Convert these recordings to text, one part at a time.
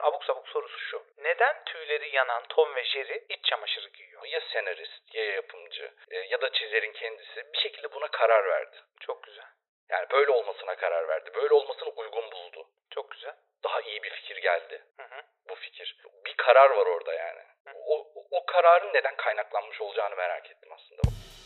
abuk sabuk sorusu şu. Neden tüyleri yanan Tom ve Jerry iç çamaşırı giyiyor? Ya senarist, ya yapımcı ya da çizerin kendisi bir şekilde buna karar verdi. Çok güzel. Yani böyle olmasına karar verdi. Böyle olmasını uygun buldu. Çok güzel. Daha iyi bir fikir geldi. Hı. Bu fikir. Bir karar var orada yani. O kararın neden kaynaklanmış olacağını merak ettim aslında.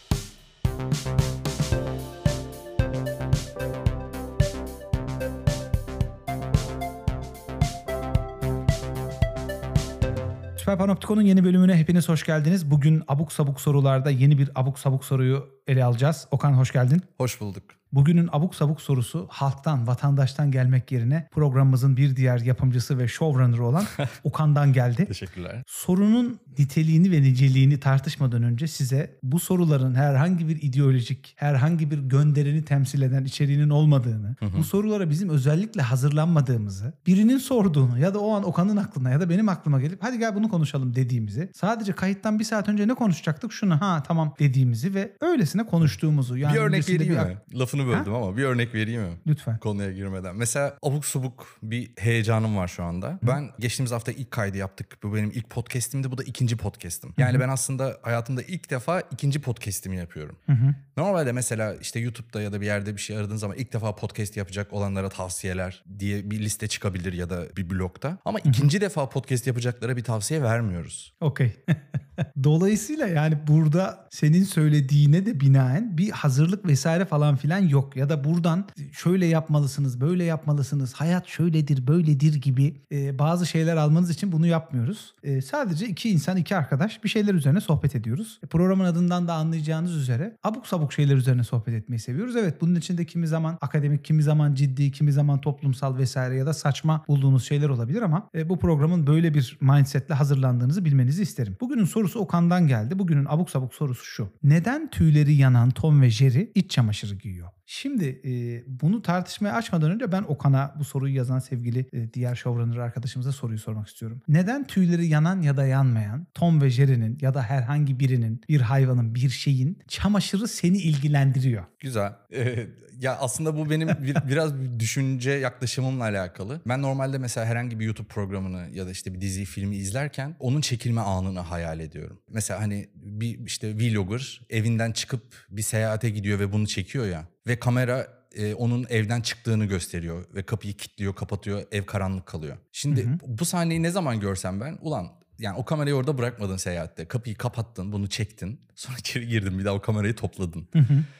Süper Panoptikon'un yeni bölümüne hepiniz hoş geldiniz. Bugün abuk sabuk sorularda yeni bir abuk sabuk soruyu ele alacağız. Okan hoş geldin. Hoş bulduk. Bugünün abuk sabuk sorusu halktan, vatandaştan gelmek yerine programımızın bir diğer yapımcısı ve showrunner olan Okan'dan geldi. Teşekkürler. Sorunun niteliğini ve niceliğini tartışmadan önce size bu soruların herhangi bir ideolojik, herhangi bir gönderini temsil eden içeriğinin olmadığını, bu sorulara bizim özellikle hazırlanmadığımızı, birinin sorduğunu ya da o an Okan'ın aklına ya da benim aklıma gelip hadi gel bunu konuşalım dediğimizi, sadece kayıttan bir saat önce ne konuşacaktık şunu tamam dediğimizi ve öylesine konuştuğumuzu. Yani bir örnek vereyim mi? Lafını böldüm ama bir örnek vereyim mi? Lütfen. Konuya girmeden. Mesela abuk subuk bir heyecanım var şu anda. Ben geçtiğimiz hafta ilk kaydı yaptık. Bu benim ilk podcast'imdi. Bu da ikinci podcast'im. Yani ben aslında hayatımda ilk defa ikinci podcast'imi yapıyorum. Normalde mesela işte YouTube'da ya da bir yerde bir şey aradığın zaman ilk defa podcast yapacak olanlara tavsiyeler diye bir liste çıkabilir ya da bir blogda. Ama ikinci defa podcast yapacaklara bir tavsiye vermiyoruz. Okey. Dolayısıyla yani burada senin söylediğine de binaen bir hazırlık vesaire falan filan yok. Ya da buradan şöyle yapmalısınız, böyle yapmalısınız, hayat şöyledir, böyledir gibi bazı şeyler almanız için bunu yapmıyoruz. Sadece iki insan, iki arkadaş bir şeyler üzerine sohbet ediyoruz. Programın adından da anlayacağınız üzere abuk sabuk şeyler üzerine sohbet etmeyi seviyoruz. Evet, bunun içinde kimi zaman akademik, kimi zaman ciddi, kimi zaman toplumsal vesaire ya da saçma bulduğunuz şeyler olabilir ama bu programın böyle bir mindsetle hazırlandığınızı bilmenizi isterim. Bugünün sorusu Okan'dan geldi. Bugünün abuk sabuk sorusu şu. Neden tüyleri yanan Tom ve Jerry iç çamaşırı giyiyor? Şimdi bunu tartışmaya açmadan önce ben Okan'a, bu soruyu yazan sevgili diğer showrunner arkadaşımıza soruyu sormak istiyorum. Neden tüyleri yanan ya da yanmayan Tom ve Jerry'nin ya da herhangi birinin, bir hayvanın, bir şeyin çamaşırı seni ilgilendiriyor? Güzel. Ya aslında bu benim biraz bir düşünce yaklaşımımla alakalı. Ben normalde mesela herhangi bir YouTube programını ya da işte bir dizi, filmi izlerken onun çekilme anını hayal ediyorum. Mesela hani bir işte vlogger evinden çıkıp bir seyahate gidiyor ve bunu çekiyor ya. Ve kamera onun evden çıktığını gösteriyor ve kapıyı kilitliyor, kapatıyor, ev karanlık kalıyor. Şimdi bu sahneyi ne zaman görsem ben, ulan yani o kamerayı orada bırakmadın seyahatte. Kapıyı kapattın, bunu çektin. Sonra içeri girdin, bir daha o kamerayı topladın.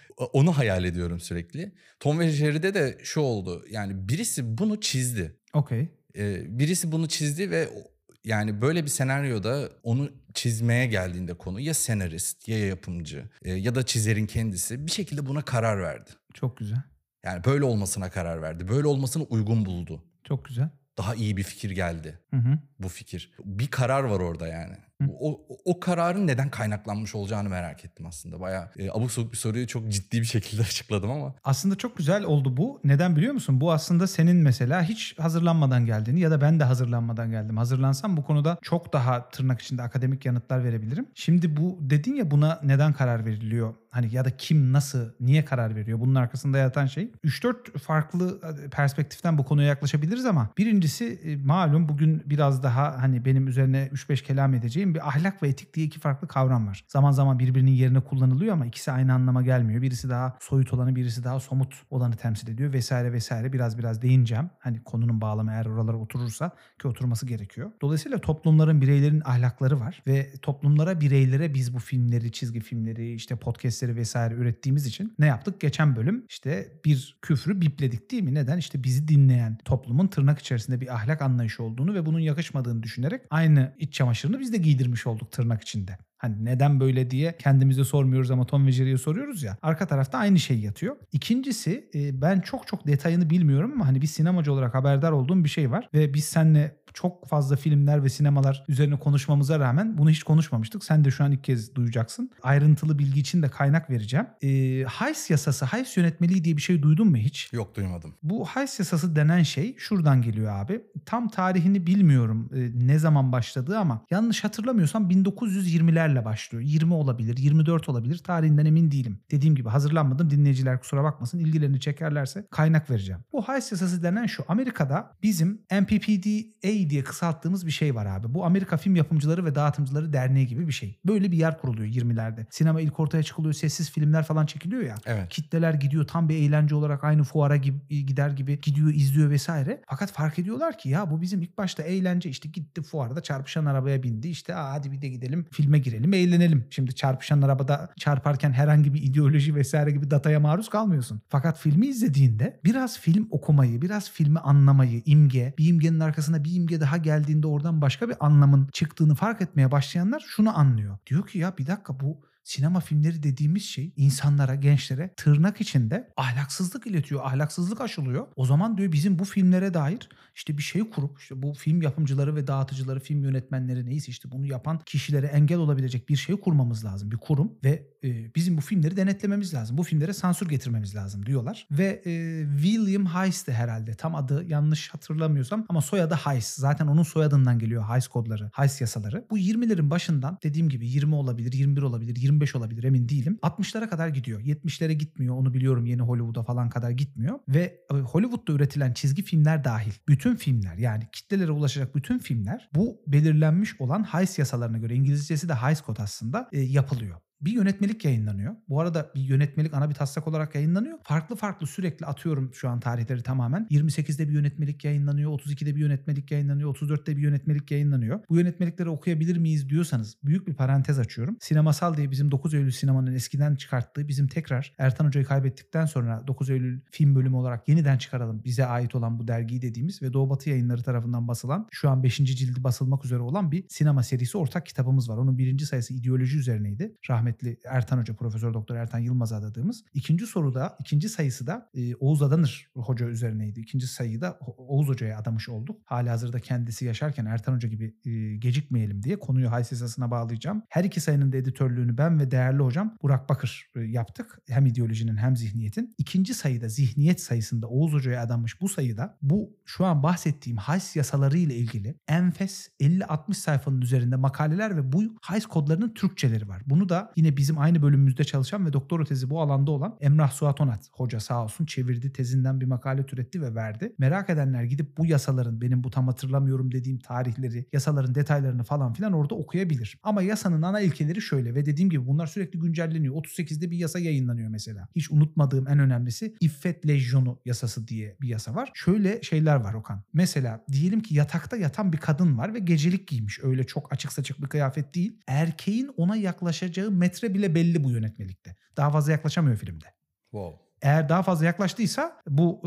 Onu hayal ediyorum sürekli. Tom ve Jerry'de de şu oldu. Yani birisi bunu çizdi. Okey. Birisi bunu çizdi ve yani böyle bir senaryoda onu çizmeye geldiğinde konu ya senarist ya yapımcı ya da çizerin kendisi bir şekilde buna karar verdi. Çok güzel. Yani böyle olmasına karar verdi. Böyle olmasını uygun buldu. Çok güzel. Daha iyi bir fikir geldi. Bu fikir. Bir karar var orada yani. O kararın neden kaynaklanmış olacağını merak ettim aslında. Bayağı abuk sabuk bir soruyu çok ciddi bir şekilde açıkladım ama. Aslında çok güzel oldu bu. Neden biliyor musun? Bu aslında senin mesela hiç hazırlanmadan geldiğini ya da ben de hazırlanmadan geldim. Hazırlansam bu konuda çok daha tırnak içinde akademik yanıtlar verebilirim. Şimdi bu dedin ya, buna neden karar veriliyor? Hani ya da kim, nasıl, niye karar veriyor? Bunun arkasında yatan şey. 3-4 farklı perspektiften bu konuya yaklaşabiliriz ama birincisi malum bugün biraz daha hani benim üzerine 3-5 kelam edeceğim bir ahlak ve etik diye iki farklı kavram var. Zaman zaman birbirinin yerine kullanılıyor ama ikisi aynı anlama gelmiyor. Birisi daha soyut olanı, birisi daha somut olanı temsil ediyor vesaire vesaire. Biraz değineceğim. Hani konunun bağlamı eğer oralara oturursa, ki oturması gerekiyor. Dolayısıyla toplumların, bireylerin ahlakları var ve toplumlara, bireylere biz bu filmleri, çizgi filmleri, işte podcastleri vesaire ürettiğimiz için ne yaptık? Geçen bölüm işte bir küfrü bipledik değil mi? Neden? İşte bizi dinleyen toplumun tırnak içerisinde bir ahlak anlayışı olduğunu ve bunun yakışmadığını düşünerek aynı iç çamaşırını biz de giydirmiş olduk tırnak içinde. Hani neden böyle diye kendimize sormuyoruz ama Tom ve Jerry'ye soruyoruz ya. Arka tarafta aynı şey yatıyor. İkincisi, ben çok detayını bilmiyorum ama hani bir sinemacı olarak haberdar olduğum bir şey var. Ve biz seninle çok fazla filmler ve sinemalar üzerine konuşmamıza rağmen bunu hiç konuşmamıştık. Sen de şu an ilk kez duyacaksın. Ayrıntılı bilgi için de kaynak vereceğim. Hays yasası, Hays yönetmeliği diye bir şey duydun mu hiç? Yok, duymadım. Bu Hays yasası denen şey şuradan geliyor abi. Tam tarihini bilmiyorum ne zaman başladığı ama yanlış hatırlamıyorsam 1920'ler 20'lerle başlıyor. 20 olabilir, 24 olabilir. Tarihinden emin değilim. Dediğim gibi hazırlanmadım. Dinleyiciler kusura bakmasın. İlgilerini çekerlerse kaynak vereceğim. Bu Hays yasası denen şu. Amerika'da bizim MPPDA diye kısalttığımız bir şey var abi. Bu Amerika Film Yapımcıları ve Dağıtımcıları Derneği gibi bir şey. Böyle bir yer kuruluyor 20'lerde. Sinema ilk ortaya çıkılıyor. Sessiz filmler falan çekiliyor ya. Evet. Kitleler gidiyor tam bir eğlence olarak aynı fuara gibi, gider gibi gidiyor, izliyor vesaire. Fakat fark ediyorlar ki ya bu bizim ilk başta eğlence, işte gitti fuarda çarpışan arabaya bindi, işte hadi bir de gidelim filme girelim, eğlenelim. Şimdi çarpışan arabada çarparken herhangi bir ideoloji vesaire gibi dataya maruz kalmıyorsun. Fakat filmi izlediğinde biraz film okumayı, biraz filmi anlamayı, imge, bir imgenin arkasına bir imge daha geldiğinde oradan başka bir anlamın çıktığını fark etmeye başlayanlar şunu anlıyor. Diyor ki ya bir dakika, bu sinema filmleri dediğimiz şey insanlara, gençlere tırnak içinde ahlaksızlık iletiyor, ahlaksızlık aşılıyor. O zaman diyor bizim bu filmlere dair işte bir şey kurup, işte bu film yapımcıları ve dağıtıcıları, film yönetmenleri neyse işte bunu yapan kişilere engel olabilecek bir şey kurmamız lazım. Bir kurum ve bizim bu filmleri denetlememiz lazım. Bu filmlere sansür getirmemiz lazım diyorlar. Ve William Hays'ti herhalde. Tam adı yanlış hatırlamıyorsam ama soyadı Hays. Zaten onun soyadından geliyor Hays kodları, Hays yasaları. Bu 20'lerin başından dediğim gibi 20 olabilir, 21 olabilir, 25 olabilir, emin değilim. 60'lara kadar gidiyor. 70'lere gitmiyor. Onu biliyorum, yeni Hollywood'a falan kadar gitmiyor. Ve Hollywood'da üretilen çizgi filmler dahil bütün filmler, yani kitlelere ulaşacak bütün filmler bu belirlenmiş olan Hays yasalarına göre, İngilizcesi de Hays kod aslında, yapılıyor. Bir yönetmelik yayınlanıyor. Bu arada bir yönetmelik ana bir taslak olarak yayınlanıyor. Farklı farklı sürekli atıyorum şu an tarihleri tamamen. 28'de bir yönetmelik yayınlanıyor. 32'de bir yönetmelik yayınlanıyor. 34'te bir yönetmelik yayınlanıyor. Bu yönetmelikleri okuyabilir miyiz diyorsanız büyük bir parantez açıyorum. Sinemasal diye bizim 9 Eylül sinemanın eskiden çıkarttığı, bizim tekrar Ertan Hoca'yı kaybettikten sonra 9 Eylül film bölümü olarak yeniden çıkaralım, bize ait olan bu dergiyi dediğimiz ve Doğu Batı Yayınları tarafından basılan, şu an 5. cildi basılmak üzere olan bir sinema serisi ortak kitabımız var. Onun 1. sayısı ideoloji üzerineydi. Rahmetli Ertan Hoca, Profesör Doktor Ertan Yılmaz adadığımız. İkinci sayısı da Oğuz Adanır Hoca üzerineydi. İkinci sayıyı da Oğuz Hoca'ya adamış olduk. Halihazırda kendisi yaşarken Ertan Hoca gibi gecikmeyelim diye konuyu Hays yasasına bağlayacağım. Her iki sayının da editörlüğünü ben ve değerli hocam Burak Bakır yaptık. Hem ideolojinin hem zihniyetin. İkinci sayıda, zihniyet sayısında Oğuz Hoca'ya adanmış bu sayıda, bu şu an bahsettiğim Hays yasaları ile ilgili enfes 50-60 sayfanın üzerinde makaleler ve bu Hays kodlarının Türkçeleri var. Bunu da yine bizim aynı bölümümüzde çalışan ve doktora tezi bu alanda olan Emrah Suat Onat Hoca sağ olsun çevirdi, tezinden bir makale türetti ve verdi. Merak edenler gidip bu yasaların, benim bu tam hatırlamıyorum dediğim tarihleri, yasaların detaylarını falan filan orada okuyabilir. Ama yasanın ana ilkeleri şöyle ve dediğim gibi bunlar sürekli güncelleniyor. 38'de bir yasa yayınlanıyor mesela. Hiç unutmadığım en önemlisi İffet Lejyonu yasası diye bir yasa var. Şöyle şeyler var Okan. Mesela diyelim ki yatakta yatan bir kadın var ve gecelik giymiş. Öyle çok açık saçık bir kıyafet değil. Erkeğin ona yaklaşacağı metre bile belli bu yönetmelikte. Daha fazla yaklaşamıyor filmde. Wow. Eğer daha fazla yaklaştıysa bu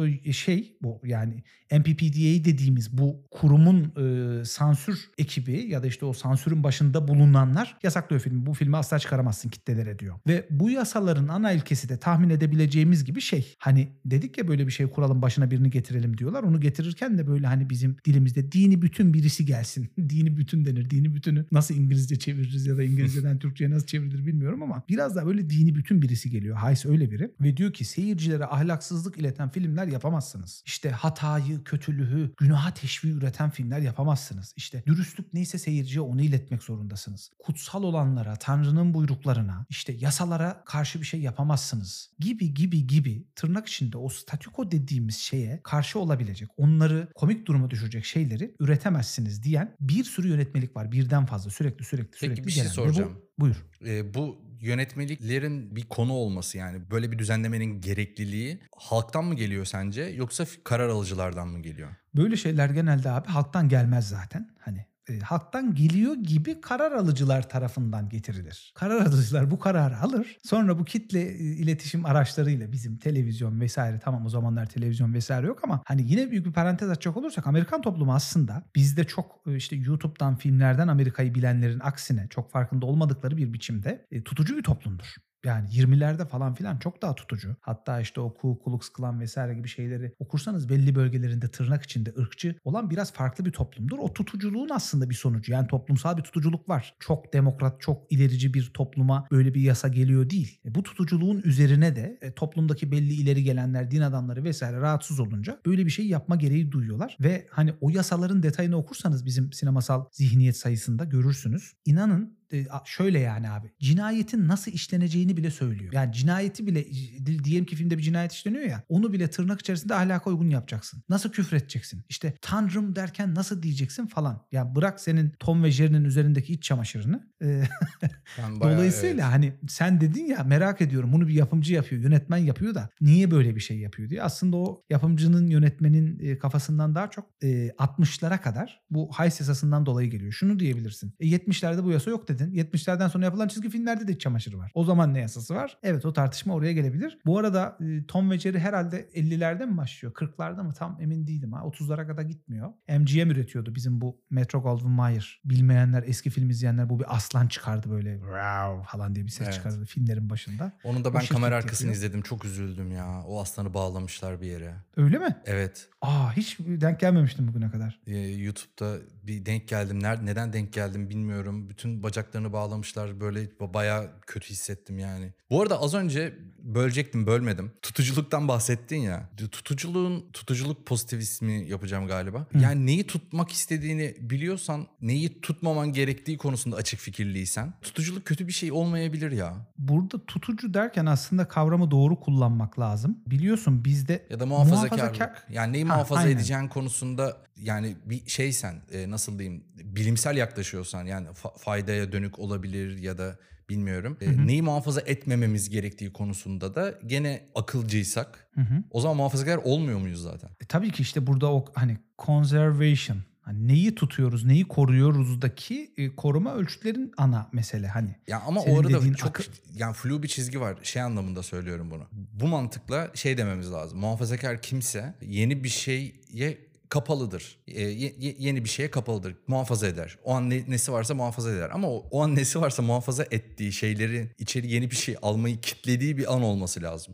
bu yani MPPDA dediğimiz bu kurumun sansür ekibi ya da işte o sansürün başında bulunanlar yasaklıyor filmi. Bu filmi asla çıkaramazsın kitlelere diyor. Ve bu yasaların ana ilkesi de tahmin edebileceğimiz gibi şey. Hani dedik ya böyle bir şey kuralım, başına birini getirelim diyorlar. Onu getirirken de böyle hani bizim dilimizde dini bütün birisi gelsin. Dini bütün denir. Dini bütünü nasıl İngilizce çeviririz ya da İngilizceden Türkçe'ye nasıl çevrilir bilmiyorum ama biraz daha böyle dini bütün birisi geliyor. Hays öyle biri ve diyor ki seyircilere ahlaksızlık ileten filmler yapamazsınız. İşte hatayı, kötülüğü, günaha teşvik üreten filmler yapamazsınız. İşte dürüstlük neyse seyirciye onu iletmek zorundasınız. Kutsal olanlara, Tanrı'nın buyruklarına, işte yasalara karşı bir şey yapamazsınız. Gibi tırnak içinde o statüko dediğimiz şeye karşı olabilecek, onları komik duruma düşürecek şeyleri üretemezsiniz diyen bir sürü yönetmelik var. Birden fazla sürekli Peki bir şey gelen. soracağım. Buyur. Bu yönetmeliklerin bir konu olması, yani böyle bir düzenlemenin gerekliliği halktan mı geliyor sence, yoksa karar alıcılardan mı geliyor? Böyle şeyler genelde abi halktan gelmez zaten. Hani halktan geliyor gibi karar alıcılar tarafından getirilir. Karar alıcılar bu kararı alır. Sonra bu kitle iletişim araçlarıyla bizim televizyon vesaire, tamam o zamanlar televizyon vesaire yok ama hani yine büyük bir parantez açacak olursak Amerikan toplumu aslında bizde çok işte YouTube'dan, filmlerden Amerika'yı bilenlerin aksine çok farkında olmadıkları bir biçimde tutucu bir toplumdur. Yani 20'lerde falan filan çok daha tutucu. Hatta işte o Ku Klux Klan vesaire gibi şeyleri okursanız belli bölgelerinde tırnak içinde ırkçı olan biraz farklı bir toplumdur. O tutuculuğun aslında bir sonucu. Yani toplumsal bir tutuculuk var. Çok demokrat, çok ilerici bir topluma böyle bir yasa geliyor değil. Bu tutuculuğun üzerine de toplumdaki belli ileri gelenler, din adamları vesaire rahatsız olunca böyle bir şey yapma gereği duyuyorlar. Ve hani o yasaların detayını okursanız bizim sinemasal zihniyet sayısında görürsünüz. İnanın şöyle yani abi. Cinayetin nasıl işleneceğini bile söylüyor. Yani cinayeti bile diyelim ki filmde bir cinayet işleniyor ya. Onu bile tırnak içerisinde ahlaka uygun yapacaksın. Nasıl küfredeceksin? İşte Tanrım derken nasıl diyeceksin falan. Ya bırak senin Tom ve Jerry'nin üzerindeki iç çamaşırını. Dolayısıyla hani sen dedin ya, merak ediyorum bunu bir yapımcı yapıyor, yönetmen yapıyor da niye böyle bir şey yapıyor diye. Aslında o yapımcının, yönetmenin kafasından daha çok 60'lara kadar bu Hays yasasından dolayı geliyor. Şunu diyebilirsin. 70'lerde bu yasa yok dedin. 70'lerden sonra yapılan çizgi filmlerde de iç çamaşırı var. O zaman ne yasası var? Evet, o tartışma oraya gelebilir. Bu arada Tom ve Jerry herhalde 50'lerde mi başlıyor? 40'larda mı? Tam emin değilim. 30'lara kadar gitmiyor. MGM üretiyordu bizim bu Metro-Goldwyn-Mayer. Bilmeyenler, eski film izleyenler, bu bir aslan çıkardı böyle "Wow" falan diye bir ses çıkardı filmlerin başında. Onu da ben kamera arkasını yapıyor. izledim. Çok üzüldüm ya. O aslanı bağlamışlar bir yere. Öyle mi? Evet. Hiç denk gelmemiştim bugüne kadar. YouTube'da bir denk geldim. Neden denk geldim bilmiyorum. Bütün bacaklarını bağlamışlar. Böyle bayağı kötü hissettim yani. Bu arada az önce bölecektim, bölmedim. Tutuculuktan bahsettin ya. Tutuculuk pozitivizmi yapacağım galiba. Yani neyi tutmak istediğini biliyorsan, neyi tutmaman gerektiği konusunda açık fikirliysen, tutuculuk kötü bir şey olmayabilir ya. Burada tutucu derken aslında kavramı doğru kullanmak lazım. Biliyorsun bizde ya da muhafazakarlık. Yani neyi muhafaza aynen. edeceğin konusunda, yani bir şeysen, nasıl diyeyim, bilimsel yaklaşıyorsan, yani faydaya dönük olabilir ya da bilmiyorum. Neyi muhafaza etmememiz gerektiği konusunda da gene akılcıysak, o zaman muhafazakar olmuyor muyuz zaten? Tabii ki işte burada o hani conservation, hani neyi tutuyoruz, neyi koruyoruzdaki koruma ölçütlerin ana mesele hani. Ya ama orada çok yani flu bir çizgi var. Şey anlamında söylüyorum bunu. Bu mantıkla şey dememiz lazım. Muhafazakar kimse yeni bir şeye kapalıdır. Yeni bir şeye kapalıdır. Muhafaza eder. O an nesi varsa muhafaza eder. Ama o an nesi varsa muhafaza ettiği şeylerin içeri yeni bir şey almayı kitlediği bir an olması lazım.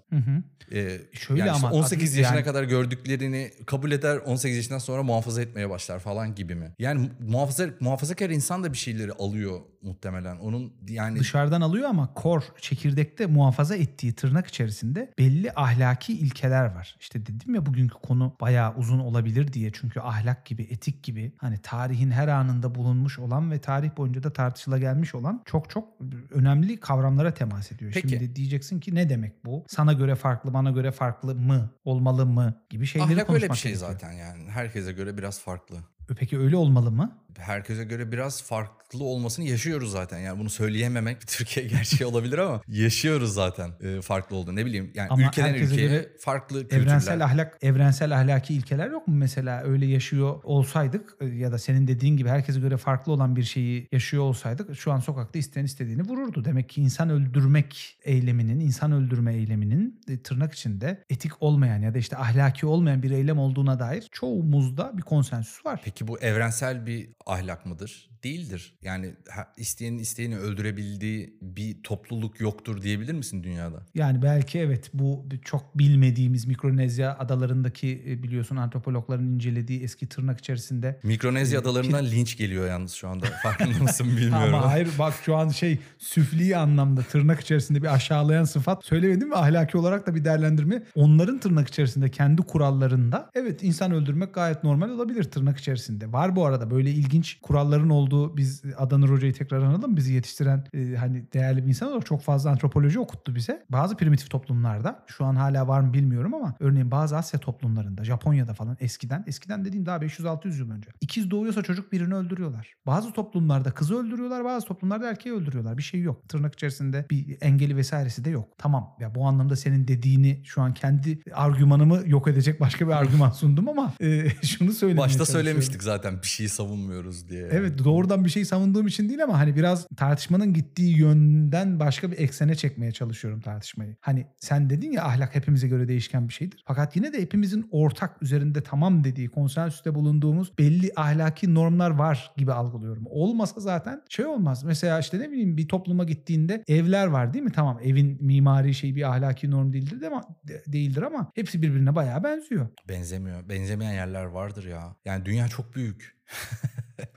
Şöyle yani ama 18 yaşına kadar gördüklerini kabul eder, 18 yaşından sonra muhafaza etmeye başlar falan gibi mi? Yani muhafazakar insan da bir şeyleri alıyor muhtemelen. Onun yani dışarıdan alıyor ama çekirdekte muhafaza ettiği, tırnak içerisinde belli ahlaki ilkeler var. İşte dedim ya, bugünkü konu bayağı uzun olabilir diye. Çünkü ahlak gibi, etik gibi, hani tarihin her anında bulunmuş olan ve tarih boyunca da tartışıla gelmiş olan çok çok önemli kavramlara temas ediyor. Peki. Şimdi diyeceksin ki ne demek bu? Sana göre farklı, bana göre farklı mı? Olmalı mı? Gibi şeyleri ahlak konuşmak öyle bir şey gerekiyor. zaten yani. Herkese göre biraz farklı. Peki öyle olmalı mı? Herkese göre biraz farklı olmasını yaşıyoruz zaten. Yani bunu söyleyememek bir Türkiye gerçeği olabilir ama yaşıyoruz zaten farklı olduğunu. Ne bileyim yani, ama ülkeden ülkeye farklı kültürler. Evrensel ahlaki ilkeler yok mu mesela? Öyle yaşıyor olsaydık ya da senin dediğin gibi herkese göre farklı olan bir şeyi yaşıyor olsaydık, şu an sokakta isteyen istediğini vururdu. Demek ki insan öldürme eyleminin tırnak içinde etik olmayan ya da işte ahlaki olmayan bir eylem olduğuna dair çoğumuzda bir konsensüs var. Peki bu evrensel bir ahlak mıdır? Değildir. Yani isteyenin isteyeni öldürebildiği bir topluluk yoktur diyebilir misin dünyada? Yani belki evet, bu çok bilmediğimiz Mikronezya adalarındaki biliyorsun antropologların incelediği eski tırnak içerisinde. Mikronezya adalarından linç geliyor yalnız şu anda. Farkında mısın bilmiyorum. Ama hayır bak, şu an süfli anlamda tırnak içerisinde bir aşağılayan sıfat söylemedim ve ahlaki olarak da bir değerlendirme. Onların tırnak içerisinde kendi kurallarında evet, insan öldürmek gayet normal olabilir tırnak içerisinde. Var bu arada böyle ilginç kuralların olduğu. Biz Adanur Hoca'yı tekrar analım. Bizi yetiştiren hani değerli bir insan olarak çok fazla antropoloji okuttu bize. Bazı primitif toplumlarda, şu an hala var mı bilmiyorum ama örneğin bazı Asya toplumlarında, Japonya'da falan eskiden dediğim daha 500-600 yıl önce. İkiz doğuyorsa çocuk birini öldürüyorlar. Bazı toplumlarda kızı öldürüyorlar, bazı toplumlarda erkeği öldürüyorlar. Bir şey yok. Tırnak içerisinde bir engeli vesairesi de yok. Tamam ya, bu anlamda senin dediğini, şu an kendi argümanımı yok edecek başka bir argüman sundum ama şunu söylemeye Başta çalışıyorum. söylemiştik zaten bir şeyi savunmuyoruz diye. Evet, doğrudan bir şey savunduğum için değil ama hani biraz tartışmanın gittiği yönden başka bir eksene çekmeye çalışıyorum tartışmayı. Hani sen dedin ya, ahlak hepimize göre değişken bir şeydir. Fakat yine de hepimizin ortak, üzerinde tamam dediği, konsensüste bulunduğumuz belli ahlaki normlar var gibi algılıyorum. Olmasa zaten olmaz. Mesela işte ne bileyim, bir topluma gittiğinde evler var değil mi? Tamam, evin mimari bir ahlaki norm değildir ama hepsi birbirine bayağı benziyor. Benzemiyor. Benzemeyen yerler vardır ya. Yani dünya çok büyük.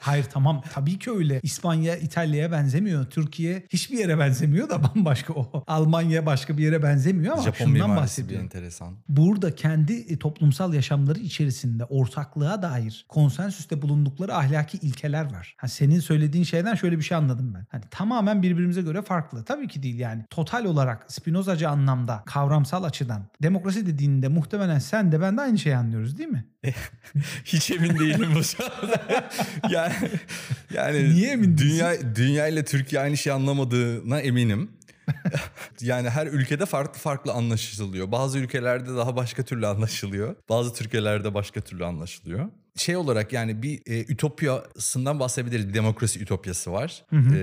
Hayır tamam tabii ki öyle. İspanya İtalya'ya benzemiyor. Türkiye hiçbir yere benzemiyor da bambaşka o. Almanya başka bir yere benzemiyor ama Japon şundan mimarisi bir bahsediyorum. enteresan. Burada kendi toplumsal yaşamları içerisinde ortaklığa dair konsensüste bulundukları ahlaki ilkeler var. Senin söylediğin şeyden şöyle bir şey anladım ben. Hani tamamen birbirimize göre farklı. Tabii ki değil yani. Total olarak Spinozacı anlamda, kavramsal açıdan demokrasi dediğinde muhtemelen sen de ben de aynı şeyi anlıyoruz değil mi? Hiç emin değilim bu sırada. yani Niye emin değilsin? Dünya ile Türkiye aynı şeyi anlamadığına eminim. Yani her ülkede farklı farklı anlaşılıyor. Bazı ülkelerde daha başka türlü anlaşılıyor. Bazı ülkelerde başka türlü anlaşılıyor. Şey olarak yani bir ütopyasından bahsedebiliriz. Bir demokrasi ütopyası var.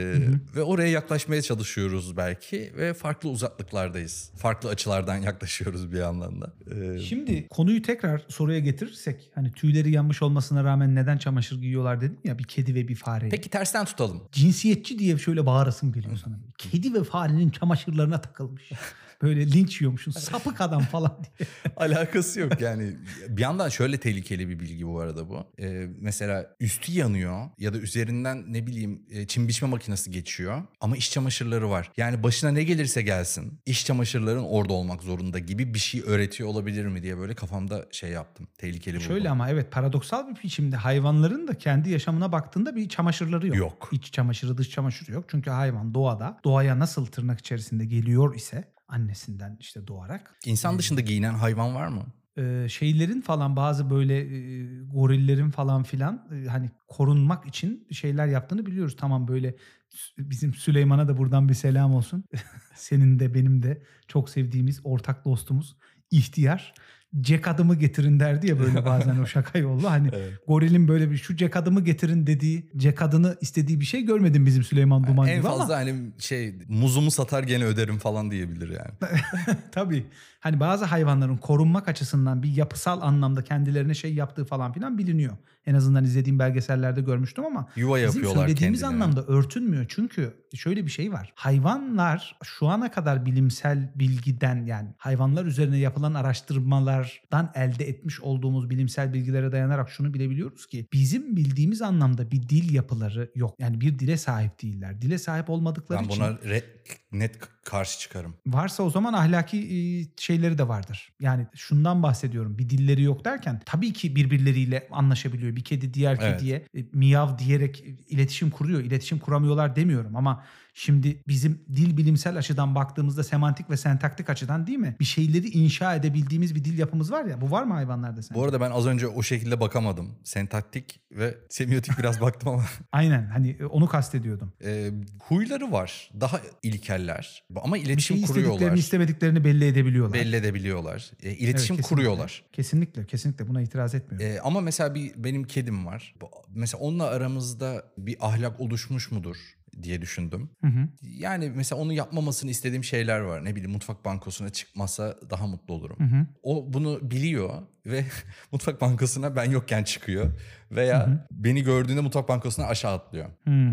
Ve oraya yaklaşmaya çalışıyoruz belki. Ve farklı uzaklıklardayız. Farklı açılardan yaklaşıyoruz bir yandan da. Şimdi konuyu tekrar soruya getirirsek hani tüyleri yanmış olmasına rağmen neden çamaşır giyiyorlar dedim ya bir kedi ve bir fare. Peki tersten tutalım. Cinsiyetçi diye şöyle bağırasım geliyor sana. Kedi ve farenin çamaşırlarına takılmış. Böyle linç yiyormuşsun. Sapık adam falan diye. Alakası yok yani. Bir yandan şöyle tehlikeli bir bilgi bu arada bu. Mesela üstü yanıyor ya da üzerinden ne bileyim çim biçme makinesi geçiyor ama iş çamaşırları var. Yani başına ne gelirse gelsin iş çamaşırların orada olmak zorunda gibi bir şey öğretiyor olabilir mi diye böyle kafamda şey yaptım. Tehlikeli bu. Şöyle ama evet paradoksal bir biçimde hayvanların da kendi yaşamına baktığında bir çamaşırları yok. Yok. İç çamaşırı dış çamaşırı yok. Çünkü hayvan doğaya nasıl tırnak içerisinde geliyor ise annesinden işte doğarak. İnsan dışında giyinen hayvan var mı? Şeylerin falan bazı böyle gorillerin falan filan hani korunmak için şeyler yaptığını biliyoruz. Tamam böyle bizim Süleyman'a da buradan bir selam olsun. Senin de benim de çok sevdiğimiz ortak dostumuz ihtiyar. Cekadımı getirin derdi ya böyle bazen o şaka yollu. Hani evet. Gorilin böyle bir şu cekadımı getirin dediği, cekadını istediği bir şey görmedim bizim Süleyman Duman gibi ama. En fazla hani muzumu satar gene öderim falan diyebilir yani. Tabii. Hani bazı hayvanların korunmak açısından bir yapısal anlamda kendilerine şey yaptığı falan filan biliniyor. En azından izlediğim belgesellerde görmüştüm ama yuva bizim yapıyorlar söylediğimiz kendine. Anlamda örtünmüyor. Çünkü şöyle bir şey var. Hayvanlar şu ana kadar bilimsel bilgiden yani hayvanlar üzerine yapılan araştırmalardan elde etmiş olduğumuz bilimsel bilgilere dayanarak şunu bilebiliyoruz ki bizim bildiğimiz anlamda bir dil yapıları yok. Yani bir dile sahip değiller. Dile sahip olmadıkları için. Ben buna net karşı çıkarım. Varsa o zaman ahlaki şeyleri de vardır. Yani şundan bahsediyorum. Bir dilleri yok derken tabii ki birbirleriyle anlaşabiliyor. Bir kedi diğer kediye miyav diyerek iletişim kuruyor. İletişim kuramıyorlar demiyorum ama şimdi bizim dil bilimsel açıdan baktığımızda semantik ve sentaktik açıdan değil mi? Bir şeyleri inşa edebildiğimiz bir dil yapımız var ya. Bu var mı hayvanlarda sence? Bu arada ben az önce o şekilde bakamadım. Sentaktik ve semiotik biraz baktım ama. Aynen hani onu kastediyordum. Huyları var. Daha ilkeller. Ama iletişim bir şey kuruyorlar. İstediklerini istemediklerini belli edebiliyorlar. Belli edebiliyorlar. İletişim kuruyorlar. Kesinlikle buna itiraz etmiyorum. Ama mesela benim kedim var. Mesela onunla aramızda bir ahlak oluşmuş mudur diye düşündüm. Hı. Yani mesela onu yapmamasını istediğim şeyler var. Ne bileyim mutfak bankosuna çıkmasa daha mutlu olurum. Hı. O bunu biliyor ve mutfak bankosuna ben yokken çıkıyor. Veya beni gördüğünde mutfak bankosuna aşağı atlıyor.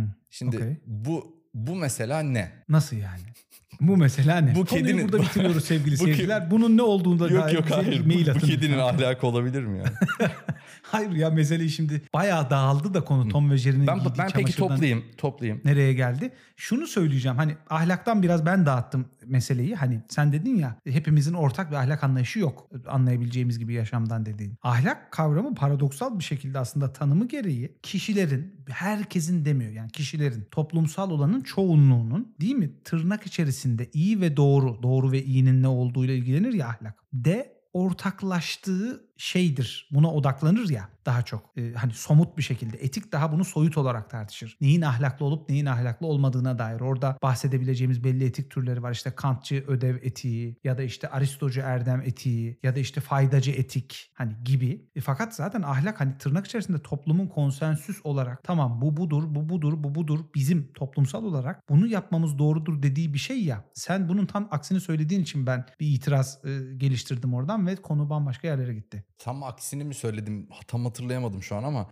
Şimdi bu mesela ne? Nasıl yani? Bu mesela ne? Bu Konuyu kedinin, burada bitiriyoruz sevgili seyirciler. Bunun ne olduğunda dair hayır. mail atın. Bu kedinin ahlakı olabilir mi yani? Hayır ya meseleyi şimdi bayağı dağıldı da konu Tom ve Jerry'nin giydiği çamaşırdan. Ben peki toplayayım. Nereye geldi? Şunu söyleyeceğim hani ahlaktan biraz ben dağıttım meseleyi. Hani sen dedin ya hepimizin ortak bir ahlak anlayışı yok. Anlayabileceğimiz gibi yaşamdan dediğin. Ahlak kavramı paradoksal bir şekilde aslında tanımı gereği kişilerin, herkesin demiyor yani kişilerin, toplumsal olanın çoğunluğunun değil mi tırnak içerisinde iyi ve doğru ve iyinin ne olduğuyla ilgilenir ya ahlak. Ortaklaştığı şeydir. Buna odaklanır ya daha çok. Hani somut bir şekilde. Etik daha bunu soyut olarak tartışır. Neyin ahlaklı olup neyin ahlaklı olmadığına dair. Orada bahsedebileceğimiz belli etik türleri var. İşte Kantçı ödev etiği ya da işte Aristocu erdem etiği ya da işte faydacı etik hani gibi. Fakat zaten ahlak hani tırnak içerisinde toplumun konsensüs olarak tamam bu budur bizim toplumsal olarak bunu yapmamız doğrudur dediği bir şey ya. Sen bunun tam aksini söylediğin için ben bir itiraz geliştirdim oradan ve konu bambaşka yerlere gitti. Tam aksini mi söyledim? Tam hatırlayamadım şu an ama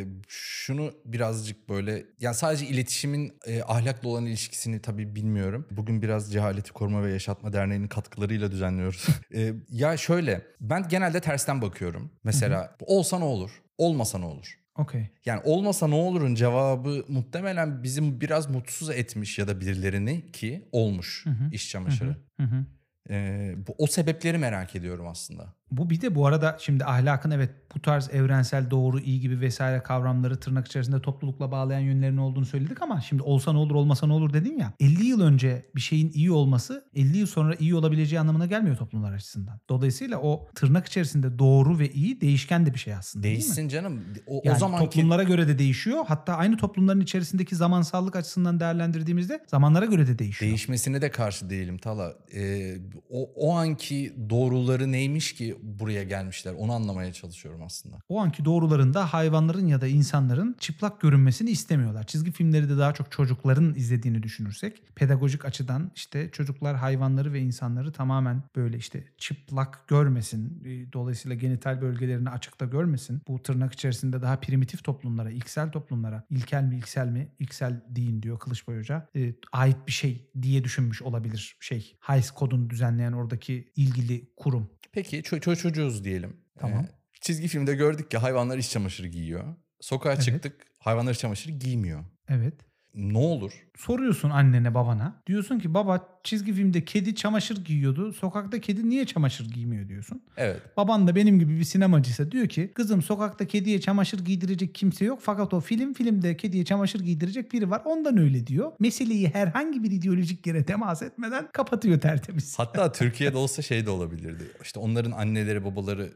şunu birazcık böyle yani sadece iletişimin ahlakla olan ilişkisini tabii bilmiyorum. Bugün biraz Cehaleti Koruma ve Yaşatma Derneği'nin katkılarıyla düzenliyoruz. Ya şöyle ben genelde tersten bakıyorum. Mesela olsa ne olur? Olmasa ne olur? Okey. Yani olmasa ne olurun cevabı muhtemelen bizim biraz mutsuz etmiş ya da birilerini ki olmuş iş çamaşırı. O sebepleri merak ediyorum aslında. Bu bir de bu arada şimdi ahlakın evet bu tarz evrensel doğru, iyi gibi vesaire kavramları tırnak içerisinde toplulukla bağlayan yönlerinin olduğunu söyledik ama şimdi olsa ne olur olmasa ne olur dedin ya. 50 yıl önce bir şeyin iyi olması 50 yıl sonra iyi olabileceği anlamına gelmiyor toplumlar açısından. Dolayısıyla o tırnak içerisinde doğru ve iyi değişken de bir şey aslında, değil mi? Değişsin canım. Yani o zamanki toplumlara göre de değişiyor. Hatta aynı toplumların içerisindeki zamansallık açısından değerlendirdiğimizde zamanlara göre de değişiyor. değişmesine de karşı değilim Tala. O anki doğruları neymiş ki buraya gelmişler? Onu anlamaya çalışıyorum aslında. O anki doğrularında hayvanların ya da insanların çıplak görünmesini istemiyorlar. Çizgi filmleri de daha çok çocukların izlediğini düşünürsek pedagojik açıdan işte çocuklar hayvanları ve insanları tamamen böyle işte çıplak görmesin. Dolayısıyla genital bölgelerini açıkta görmesin. Bu tırnak içerisinde daha primitif toplumlara, ilksel toplumlara, ilkel mi ilksel mi? İlksel deyin diyor Kılıçbay Hoca. Ait bir şey diye düşünmüş olabilir Hays kodunu düzenleyen oradaki ilgili kurum. Peki çocuğuz diyelim. Tamam. Çizgi filmde gördük ki hayvanlar iç çamaşırı giyiyor. Sokağa çıktık, hayvanlar iç çamaşırı giymiyor. Evet. Ne olur? Soruyorsun annene babana. Diyorsun ki baba çizgi filmde kedi çamaşır giyiyordu. Sokakta kedi niye çamaşır giymiyor diyorsun. Evet. Baban da benim gibi bir sinemacıysa diyor ki kızım sokakta kediye çamaşır giydirecek kimse yok. Fakat o filmde kediye çamaşır giydirecek biri var. Ondan öyle diyor. Meseleyi herhangi bir ideolojik yere temas etmeden kapatıyor tertemiz. Hatta Türkiye'de olsa şey de olabilirdi. İşte onların anneleri babaları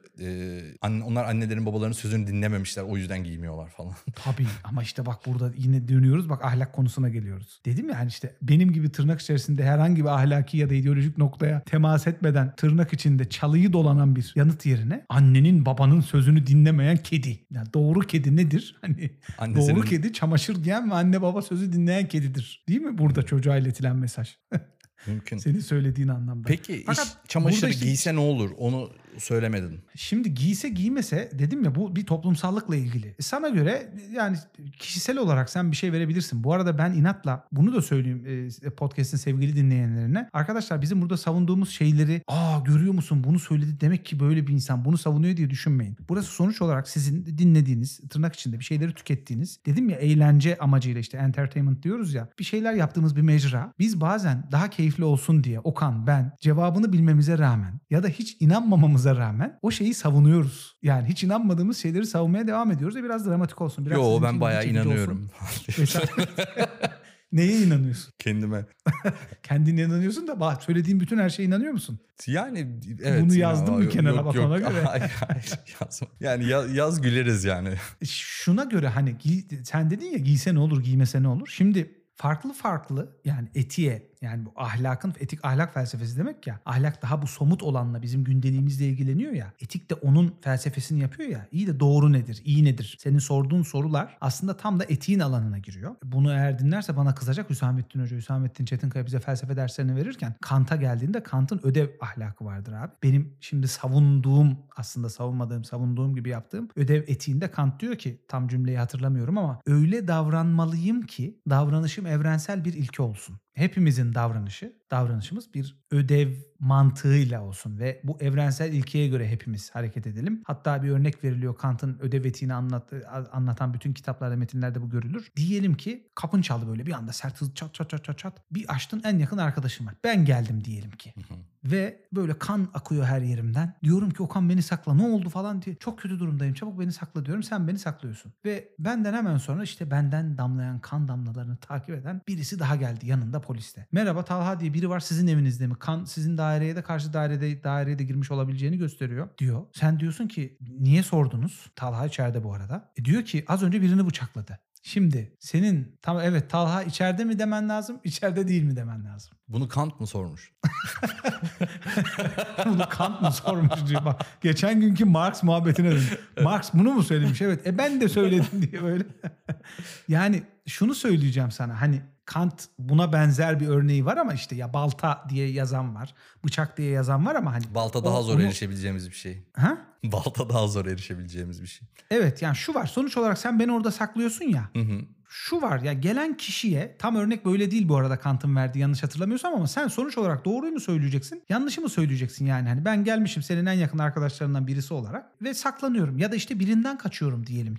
onlar annelerin babalarının sözünü dinlememişler. O yüzden giymiyorlar falan. Tabii ama işte bak burada yine dönüyoruz. Bak ahlak konusuna geliyoruz. Dedim ya hani işte benim gibi tırnak içerisinde herhangi bir ahlaki ya da ideolojik noktaya temas etmeden tırnak içinde çalıyı dolanan bir yanıt yerine annenin babanın sözünü dinlemeyen kedi. Yani doğru kedi nedir? Hani Annesinin... doğru kedi çamaşır giyen ve anne baba sözü dinleyen kedidir. Değil mi burada çocuğa iletilen mesaj? Mümkün. Senin söylediğin anlamda. Peki fakat iş çamaşırı işte, giyse ne olur? Onu söylemedin. Şimdi giyse giymese dedim ya bu bir toplumsallıkla ilgili. Sana göre yani kişisel olarak sen bir şey verebilirsin. Bu arada ben inatla bunu da söyleyeyim podcast'in sevgili dinleyenlerine. Arkadaşlar bizim burada savunduğumuz şeyleri görüyor musun bunu söyledi demek ki böyle bir insan bunu savunuyor diye düşünmeyin. Burası sonuç olarak sizin dinlediğiniz tırnak içinde bir şeyleri tükettiğiniz dedim ya eğlence amacıyla işte entertainment diyoruz ya bir şeyler yaptığımız bir mecra. Biz bazen daha keyifli olsun diye Okan ben cevabını bilmemize rağmen ya da hiç inanmamamıza rağmen o şeyi savunuyoruz. Yani hiç inanmadığımız şeyleri savunmaya devam ediyoruz ve biraz dramatik olsun. Biraz yo ben bayağı inanıyorum. Neye inanıyorsun? Kendime. Kendine inanıyorsun da söylediğin bütün her şeye inanıyor musun? Yani evet. Bunu yazdım mı kenara bak ona göre? Hayır yazma. Yani yaz güleriz yani. Şuna göre hani sen dedin ya giyse ne olur giymese ne olur? Şimdi farklı yani etiğe yani bu ahlakın etik ahlak felsefesi demek ya. Ahlak daha bu somut olanla bizim gündeliğimizle ilgileniyor ya. Etik de onun felsefesini yapıyor ya. İyi de doğru nedir? İyi nedir? Senin sorduğun sorular aslında tam da etiğin alanına giriyor. Bunu eğer dinlerse bana kızacak Hüsamettin Hoca. Hüsamettin Çetinkaya bize felsefe derslerini verirken Kant'a geldiğinde Kant'ın ödev ahlakı vardır abi. Benim şimdi aslında savunduğum gibi yaptığım ödev etiğinde Kant diyor ki tam cümleyi hatırlamıyorum ama öyle davranmalıyım ki davranışım evrensel bir ilke olsun. Hepimizin davranışımız bir ödev mantığıyla olsun ve bu evrensel ilkeye göre hepimiz hareket edelim. Hatta bir örnek veriliyor Kant'ın ödev etiğini anlatan bütün kitaplarda, metinlerde bu görülür. Diyelim ki kapın çaldı böyle bir anda sert hızlı çat. Bir açtın en yakın arkadaşım var. Ben geldim diyelim ki. Ve böyle kan akıyor her yerimden. Diyorum ki Okan beni sakla ne oldu falan diye. Çok kötü durumdayım çabuk beni sakla diyorum. Sen beni saklıyorsun. Ve benden hemen sonra işte benden damlayan kan damlalarını takip eden birisi daha geldi yanında poliste. Merhaba Talha diye biri var sizin evinizde mi? Kan sizin daireye de karşı daireye de girmiş olabileceğini gösteriyor diyor. Sen diyorsun ki niye sordunuz? Talha içeride bu arada. Diyor ki az önce birini bıçakladı. Şimdi senin evet Talha içeride mi demen lazım, içeride değil mi demen lazım. Bunu Kant mı sormuş? Bunu Kant mı sormuş diyor. Bak geçen günkü Marx muhabbetine dön. Marx bunu mu söylemiş? Evet. Ben de söyledim diye böyle. Yani şunu söyleyeceğim sana. Hani Kant buna benzer bir örneği var ama işte ya balta diye yazan var. Bıçak diye yazan var ama hani. Balta daha zor erişebileceğimiz bir şey. Ha? Balta daha zor erişebileceğimiz bir şey. Evet yani şu var. Sonuç olarak sen beni orada saklıyorsun ya. Hı. Şu var ya gelen kişiye tam örnek böyle değil bu arada Kant'ın verdiği yanlış hatırlamıyorsam ama sen sonuç olarak doğruyu mu söyleyeceksin yanlışı mı söyleyeceksin yani hani ben gelmişim senin en yakın arkadaşlarından birisi olarak ve saklanıyorum ya da işte birinden kaçıyorum diyelim ki.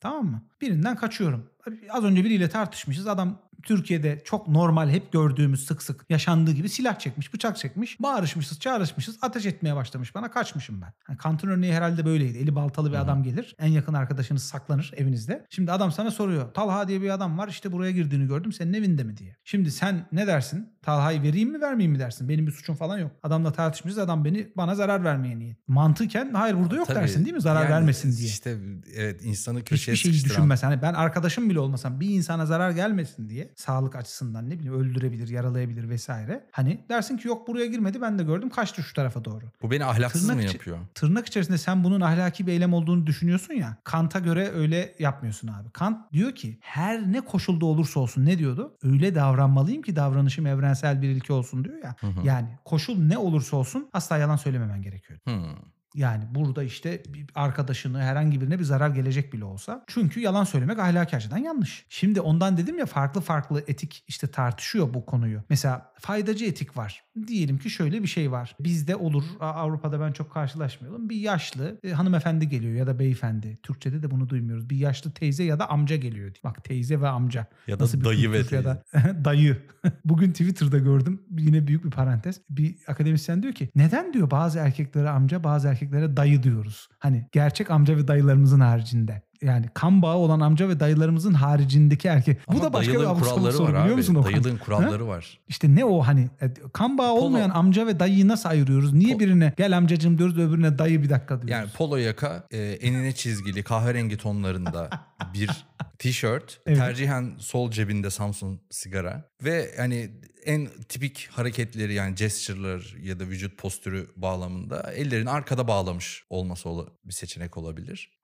Tamam mı? Birinden kaçıyorum. Az önce biriyle tartışmışız. Adam Türkiye'de çok normal, hep gördüğümüz, sık sık yaşandığı gibi silah çekmiş, bıçak çekmiş. Bağırışmışız, çağrışmışız, ateş etmeye başlamış bana. Kaçmışım ben. Yani Kant'ın örneği herhalde böyleydi. Eli baltalı bir adam gelir. En yakın arkadaşınız saklanır evinizde. Şimdi adam sana soruyor. Talha diye bir adam var, işte buraya girdiğini gördüm. Senin evinde mi diye. Şimdi sen ne dersin? Talha'yı vereyim mi vermeyeyim mi dersin? Benim bir suçum falan yok. Adamla tartışmışız. Adam bana zarar vermeye niyet. Mantıken hayır burada yok Tabii, dersin değil mi? Zarar yani vermesin diye. İşte evet, insanı köşeye Hiçbir şeyi sıkıştıran. düşünmez. Hani ben arkadaşım bile olmasam bir insana zarar gelmesin diye, sağlık açısından ne bileyim öldürebilir, yaralayabilir vesaire. Hani dersin ki yok buraya girmedi, ben de gördüm, kaçtı şu tarafa doğru. Bu beni ahlaksız mı yapıyor? Tırnak içerisinde sen bunun ahlaki bir eylem olduğunu düşünüyorsun ya. Kant'a göre öyle yapmıyorsun abi. Kant diyor ki her ne koşulda olursa olsun, ne diyordu? Öyle davranmalıyım ki davranışım evrensel bir ilke olsun diyor ya. Yani koşul ne olursa olsun asla yalan söylememen gerekiyor. Yani burada işte bir arkadaşını, herhangi birine bir zarar gelecek bile olsa. Çünkü yalan söylemek ahlaki açıdan yanlış. Şimdi ondan dedim ya, farklı farklı etik işte tartışıyor bu konuyu. Mesela faydacı etik var. Diyelim ki şöyle bir şey var. Bizde olur, Avrupa'da ben çok karşılaşmıyorum. Bir yaşlı hanımefendi geliyor ya da beyefendi. Türkçe'de de bunu duymuyoruz. Bir yaşlı teyze ya da amca geliyor. Bak, teyze ve amca. Ya da nasıl bir dayı ve kültür ya da teyze. dayı. Bugün Twitter'da gördüm. Yine büyük bir parantez. Bir akademisyen diyor ki neden diyor bazı erkeklere amca, bazı erkeklere dayı diyoruz. Hani gerçek amca ve dayılarımızın haricinde. Yani kan bağı olan amca ve dayılarımızın haricindeki erkek. Ama bu da başka bir dayılığın abuk sabuk kuralları soru, var biliyor abi. musun Okan? Dayılığın kuralları var. İşte ne o hani kan bağı olmayan amca ve dayıyı nasıl ayırıyoruz? Niye birine gel amcacığım diyoruz, öbürüne dayı bir dakika diyoruz? Yani polo yaka, enine çizgili, kahverengi tonlarında bir tişört, Evet. tercihen sol cebinde Samsung sigara ve hani en tipik hareketleri, yani gesture'lar ya da vücut postürü bağlamında ellerini arkada bağlamış olması bir seçenek olabilir.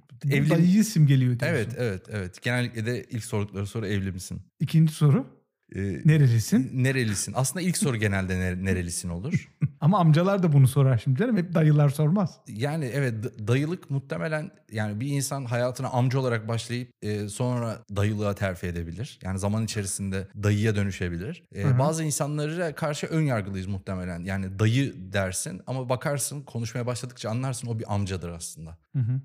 Dayıyı simgeliyor diyorsun. Evet. Genellikle de ilk sordukları soru evli misin? İkinci soru nerelisin? Nerelisin? Aslında ilk soru genelde nerelisin olur. Ama amcalar da bunu sorar şimdi canım. Hep dayılar sormaz. Yani evet, dayılık muhtemelen, yani bir insan hayatına amca olarak başlayıp sonra dayılığa terfi edebilir. Yani zaman içerisinde dayıya dönüşebilir. Bazı insanlara karşı ön yargılıyız muhtemelen. Yani dayı dersin ama bakarsın, konuşmaya başladıkça anlarsın o bir amcadır aslında.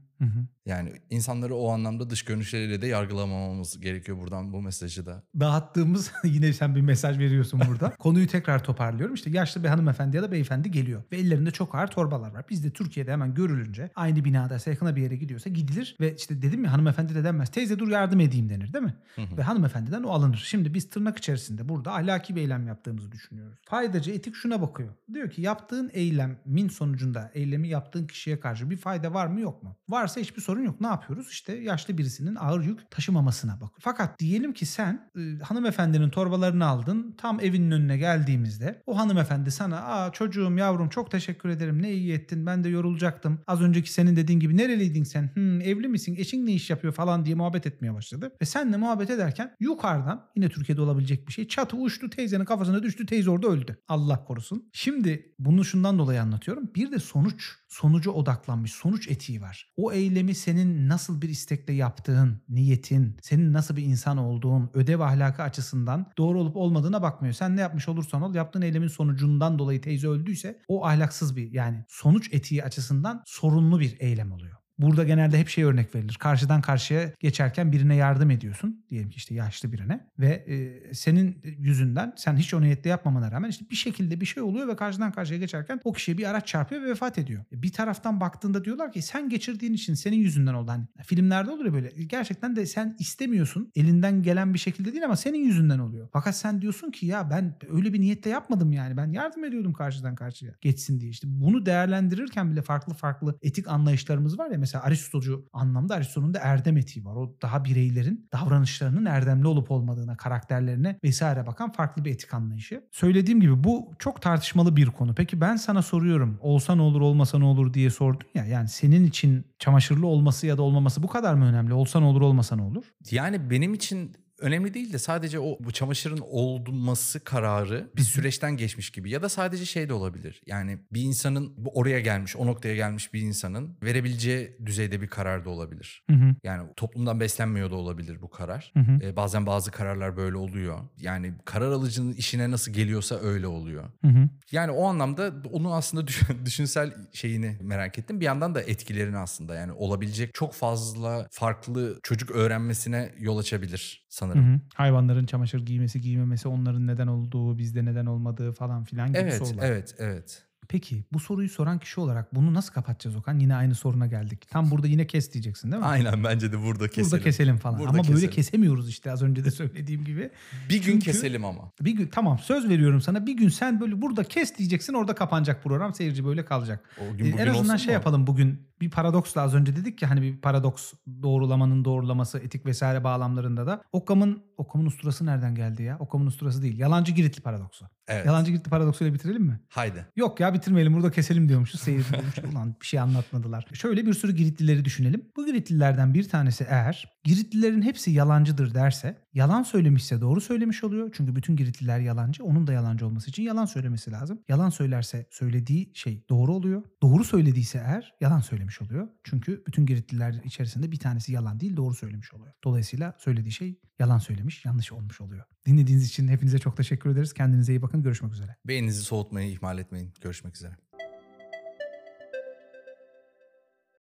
Yani insanları o anlamda dış görünüşleriyle de yargılamamamız gerekiyor, buradan bu mesajı da. Dağıttığımız yine sen bir mesaj veriyorsun burada. Konuyu tekrar toparlıyorum. İşte yaşlı bir hanımefendi ya da beyefendi geliyor ve ellerinde çok ağır torbalar var. Bizde Türkiye'de hemen görülünce aynı binada yakına bir yere gidiyorsa gidilir ve işte dedim ya, hanımefendi de denmez. Teyze dur yardım edeyim denir değil mi? Ve hanımefendiden o alınır. Şimdi biz tırnak içerisinde burada ahlaki bir eylem yaptığımızı düşünüyoruz. Faydacı etik şuna bakıyor. Diyor ki yaptığın eylemin sonucunda eylemi yaptığın kişiye karşı bir fayda var mı yok mu? Varsa hiçbir sorun yok. Ne yapıyoruz? İşte yaşlı birisinin ağır yük taşımamasına bak. Fakat diyelim ki sen hanımefendinin torbalarını aldın. Tam evinin önüne geldiğimizde o hanımefendi sana çocuğum yavrum çok teşekkür ederim, ne iyi ettin, ben de yorulacaktım. Az önceki senin dediğin gibi nereliydin sen? Evli misin? Eşin ne iş yapıyor falan diye muhabbet etmeye başladı. Ve senle muhabbet ederken yukarıdan, yine Türkiye'de olabilecek bir şey, çatı uçtu, teyzenin kafasına düştü, teyze orada öldü. Allah korusun. Şimdi bunu şundan dolayı anlatıyorum. Bir de sonuca odaklanmış, sonuç etiği var. O eylemi senin nasıl bir istekle yaptığın, niyetin, senin nasıl bir insan olduğun, ödev ahlakı açısından doğru olup olmadığına bakmıyor. Sen ne yapmış olursan ol, yaptığın eylemin sonucundan dolayı teyze öldüyse o ahlaksız bir, yani sonuç etiği açısından sorunlu bir eylem oluyor. Burada genelde hep örnek verilir. Karşıdan karşıya geçerken birine yardım ediyorsun. Diyelim ki işte yaşlı birine ve senin yüzünden, sen hiç o niyetle yapmamana rağmen işte bir şekilde bir şey oluyor ve karşıdan karşıya geçerken o kişiye bir araç çarpıyor ve vefat ediyor. Bir taraftan baktığında diyorlar ki sen geçirdiğin için, senin yüzünden oldu. Hani filmlerde olur ya böyle. Gerçekten de sen istemiyorsun. Elinden gelen bir şekilde değil ama senin yüzünden oluyor. Fakat sen diyorsun ki ya ben öyle bir niyetle yapmadım yani. Ben yardım ediyordum karşıdan karşıya geçsin diye. İşte bunu değerlendirirken bile farklı farklı etik anlayışlarımız var ya. Mesela Aristocu anlamda Aristo'nun da erdem etiği var. O daha bireylerin davranışlarının erdemli olup olmadığına, karakterlerine vesaire bakan farklı bir etik anlayışı. Söylediğim gibi bu çok tartışmalı bir konu. Peki ben sana soruyorum. Olsa ne olur, olmasa ne olur diye sordun ya. Yani senin için çamaşırlı olması ya da olmaması bu kadar mı önemli? Olsa ne olur, olmasa ne olur? Yani benim için önemli değil de sadece bu çamaşırın olması kararı bir süreçten geçmiş gibi. Ya da sadece şey de olabilir. Yani bir insanın oraya gelmiş, o noktaya gelmiş bir insanın verebileceği düzeyde bir karar da olabilir. Yani toplumdan beslenmiyor da olabilir bu karar. Bazen bazı kararlar böyle oluyor. Yani karar alıcının işine nasıl geliyorsa öyle oluyor. Yani o anlamda onun aslında düşünsel şeyini merak ettim. Bir yandan da etkilerini aslında, yani olabilecek çok fazla farklı çocuk öğrenmesine yol açabilir sanırım. Hayvanların çamaşır giymesi, giymemesi, onların neden olduğu, bizde neden olmadığı falan filan gibi sorular. Evet. Peki bu soruyu soran kişi olarak bunu nasıl kapatacağız Okan? Yine aynı soruna geldik. Tam burada yine kes diyeceksin değil mi? Aynen, bence de burada keselim. Burada keselim falan. Burada ama keselim. böyle kesemiyoruz işte, az önce de söylediğim gibi. Bir gün keselim ama. Bir gün, tamam, söz veriyorum sana, bir gün sen böyle burada kes diyeceksin, orada kapanacak program, seyirci böyle kalacak. O gün bugün en azından olsun şey mu? yapalım bugün. Bir paradoksla az önce dedik ya hani, bir paradoks, doğrulamanın doğrulaması, etik vesaire bağlamlarında da Occam'ın usturası nereden geldi ya? Occam'ın usturası değil. Yalancı Giritli paradoksu. Evet. Yalancı Giritli paradoksuyla bitirelim mi? Haydi. Yok ya, bitirmeyelim, burada keselim diyormuşuz. Seyirci demiş ulan bir şey anlatmadılar. Şöyle bir sürü Giritlileri düşünelim. Bu Giritlilerden bir tanesi eğer Giritlilerin hepsi yalancıdır derse, yalan söylemişse doğru söylemiş oluyor. Çünkü bütün Giritliler yalancı. Onun da yalancı olması için yalan söylemesi lazım. Yalan söylerse söylediği şey doğru oluyor. Doğru söylediyse eğer yalan söylemiş oluyor. Çünkü bütün Giritliler içerisinde bir tanesi yalan değil, doğru söylemiş oluyor. Dolayısıyla söylediği şey yalan söylemiş, yanlış olmuş oluyor. Dinlediğiniz için hepinize çok teşekkür ederiz. Kendinize iyi bakın. Görüşmek üzere. Beyninizi soğutmayı ihmal etmeyin. Görüşmek üzere.